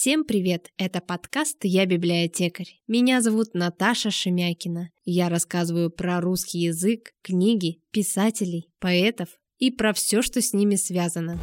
Всем привет! Это подкаст «Я библиотекарь». Меня зовут Наташа Шемякина. Я рассказываю про русский язык, книги, писателей, поэтов и про все, что с ними связано.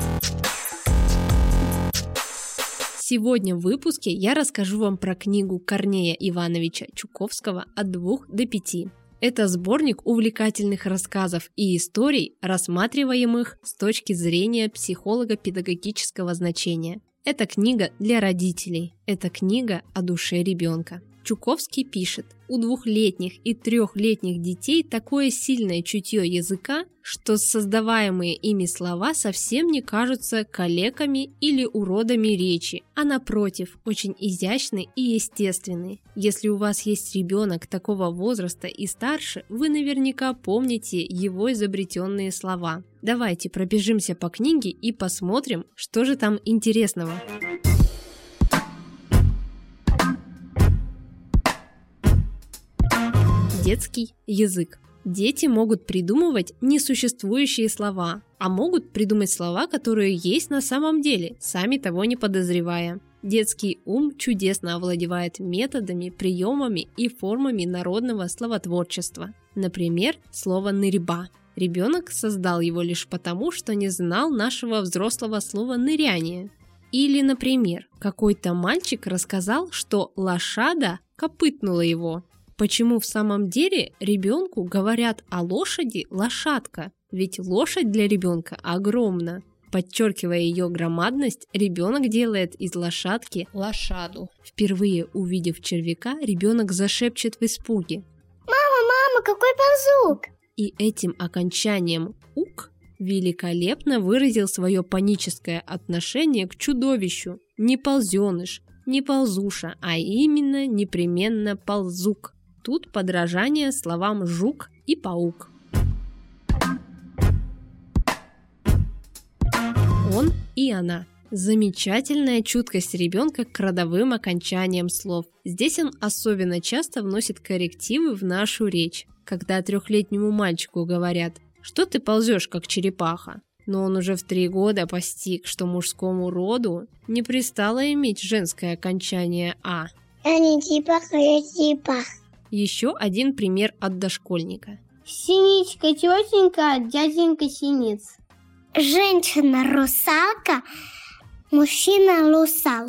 Сегодня в выпуске я расскажу вам про книгу Корнея Ивановича Чуковского «От 2 до 5». Это сборник увлекательных рассказов и историй, рассматриваемых с точки зрения психолого-педагогического значения. Это книга для родителей. Это книга о душе ребенка. Чуковский пишет: у 2-летних и 3-летних детей такое сильное чутье языка, что создаваемые ими слова совсем не кажутся калеками или уродами речи, а напротив, очень изящны и естественны. Если у вас есть ребенок такого возраста и старше, вы наверняка помните его изобретенные слова. Давайте пробежимся по книге и посмотрим, что же там интересного. Детский язык. Дети могут придумывать несуществующие слова, а могут придумать слова, которые есть на самом деле, сами того не подозревая. Детский ум чудесно овладевает методами, приемами и формами народного словотворчества. Например, слово «нырьба». Ребенок создал его лишь потому, что не знал нашего взрослого слова «ныряние». Или, например, какой-то мальчик рассказал, что лошада копытнула его. Почему в самом деле ребенку говорят о лошади лошадка? Ведь лошадь для ребенка огромна. Подчеркивая ее громадность, ребенок делает из лошадки лошаду. Впервые увидев червяка, ребенок зашепчет в испуге: «Мама, какой ползук!» И этим окончанием «ук» великолепно выразил свое паническое отношение к чудовищу. Не ползеныш, не ползуша, а именно непременно ползук. Тут подражание словам «жук» и «паук». Он и она. Замечательная чуткость ребенка к родовым окончаниям слов. Здесь он особенно часто вносит коррективы в нашу речь. Когда 3-летнему мальчику говорят: «Что ты ползешь, как черепаха?», но он уже в 3 года постиг, что мужскому роду не пристало иметь женское окончание «а». Я не черепаха, я черепах. Еще один пример от дошкольника. Синичка, тетенька, дяденька синиц. Женщина-русалка, мужчина-русал.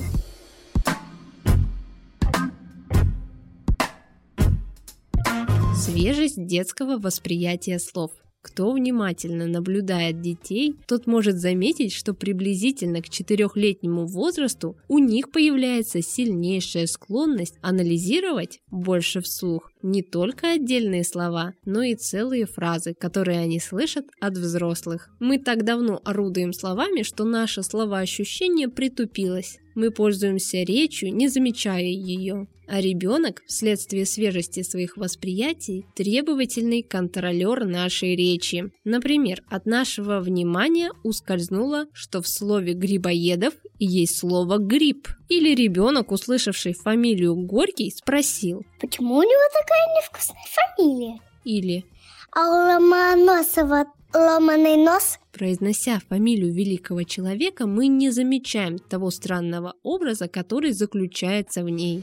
Свежесть детского восприятия слов. Кто внимательно наблюдает детей, тот может заметить, что приблизительно к 4-летнему возрасту у них появляется сильнейшая склонность анализировать больше вслух не только отдельные слова, но и целые фразы, которые они слышат от взрослых. Мы так давно орудуем словами, что наше словоощущение притупилось. Мы пользуемся речью, не замечая ее. А ребенок, вследствие свежести своих восприятий, требовательный контролер нашей речи. Например, от нашего внимания ускользнуло, что в слове «грибоедов» есть слово «гриб». Или ребенок, услышавший фамилию Горький, спросил: «Почему у него такая невкусная фамилия?» Или «А у Ломоносова ломаный нос?» Произнося фамилию великого человека, мы не замечаем того странного образа, который заключается в ней.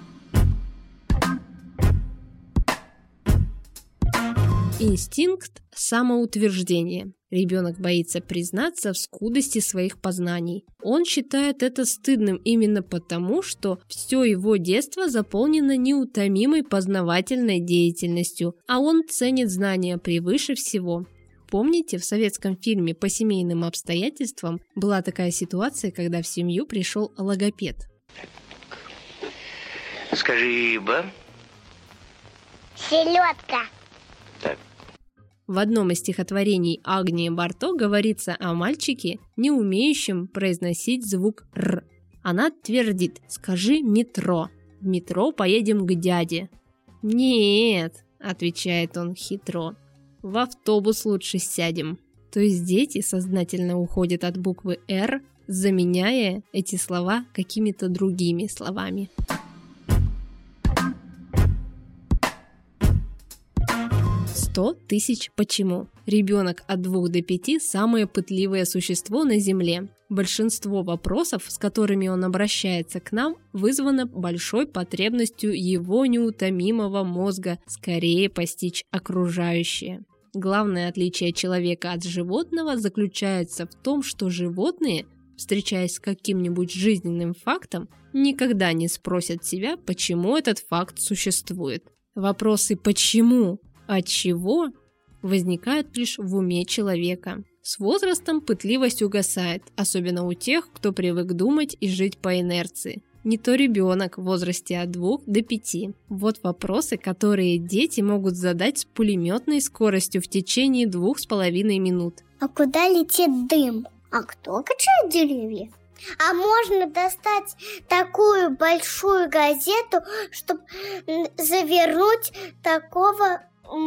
Инстинкт самоутверждения. Ребенок боится признаться в скудости своих познаний. Он считает это стыдным именно потому, что все его детство заполнено неутомимой познавательной деятельностью, а он ценит знания превыше всего. Помните, в советском фильме «По семейным обстоятельствам» была такая ситуация, когда в семью пришел логопед? Скажи, ба. Селедка. Так. В одном из стихотворений Агнии Барто говорится о мальчике, не умеющем произносить звук «р». Она твердит: «Скажи метро. В метро поедем к дяде». «Нет», — отвечает он хитро, «в автобус лучше сядем». То есть дети сознательно уходят от буквы «р», заменяя эти слова какими-то другими словами. 100 тысяч почему. Ребенок от 2 до 5 – самое пытливое существо на Земле. Большинство вопросов, с которыми он обращается к нам, вызвано большой потребностью его неутомимого мозга скорее постичь окружающее. Главное отличие человека от животного заключается в том, что животные, встречаясь с каким-нибудь жизненным фактом, никогда не спросят себя, почему этот факт существует. Вопросы «почему?», «от чего?» возникают лишь в уме человека. С возрастом пытливость угасает, особенно у тех, кто привык думать и жить по инерции. Не то ребенок в возрасте от 2 до 5. Вот вопросы, которые дети могут задать с пулеметной скоростью в течение 2,5 минут. А куда летит дым? А кто качает деревья? А можно достать такую большую газету, чтобы завернуть такого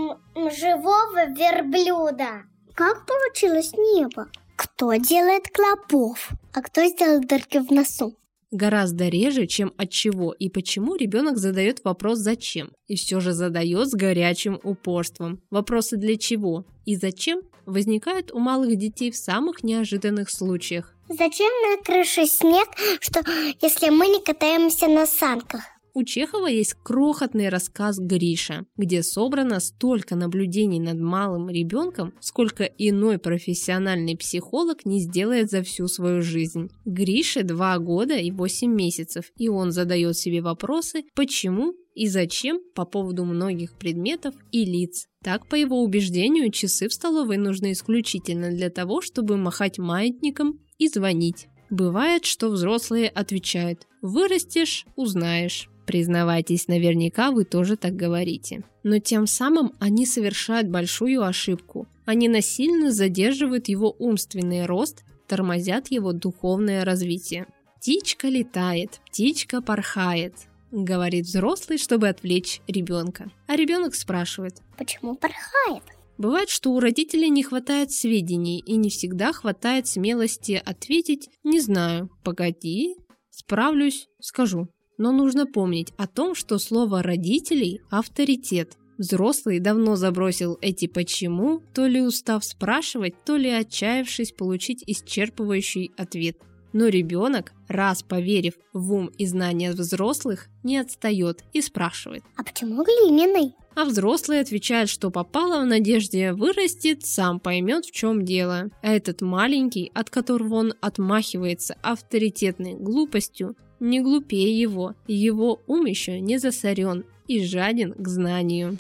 живого верблюда? Как получилось небо? Кто делает клопов? А кто сделал дырки в носу? Гораздо реже, чем от чего и почему ребенок задает вопрос «зачем?» и все же задает с горячим упорством. Вопросы «для чего?» и «зачем?» возникают у малых детей в самых неожиданных случаях. Зачем на крыше снег, что если мы не катаемся на санках? У Чехова есть крохотный рассказ «Гриша», где собрано столько наблюдений над малым ребенком, сколько иной профессиональный психолог не сделает за всю свою жизнь. Грише 2 года и 8 месяцев, и он задает себе вопросы «почему?» и «зачем?» по поводу многих предметов и лиц. Так, по его убеждению, часы в столовой нужны исключительно для того, чтобы махать маятником и звонить. Бывает, что взрослые отвечают «вырастешь – узнаешь». Признавайтесь, наверняка вы тоже так говорите. Но тем самым они совершают большую ошибку. Они насильно задерживают его умственный рост, тормозят его духовное развитие. «Птичка летает, птичка порхает», — говорит взрослый, чтобы отвлечь ребенка. А ребенок спрашивает: «Почему порхает?» Бывает, что у родителей не хватает сведений и не всегда хватает смелости ответить «не знаю, погоди, справлюсь, скажу». Но нужно помнить о том, что слово «родителей» – авторитет. Взрослый давно забросил эти «почему», то ли устав спрашивать, то ли отчаявшись получить исчерпывающий ответ. Но ребенок, раз поверив в ум и знания взрослых, не отстает и спрашивает: «А почему глиняный?» А взрослый отвечает, что попало в надежде вырастет, сам поймет, в чем дело. А этот маленький, от которого он отмахивается авторитетной глупостью, не глупее его. Его ум еще не засорен и жаден к знанию.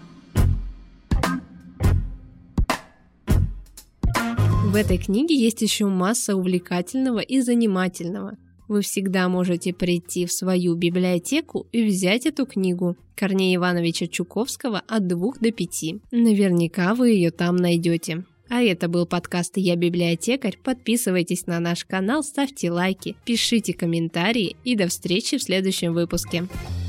В этой книге есть еще масса увлекательного и занимательного. Вы всегда можете прийти в свою библиотеку и взять эту книгу Корнея Ивановича Чуковского «От 2 до 5». Наверняка вы ее там найдете. А это был подкаст «Я библиотекарь». Подписывайтесь на наш канал, ставьте лайки, пишите комментарии и до встречи в следующем выпуске.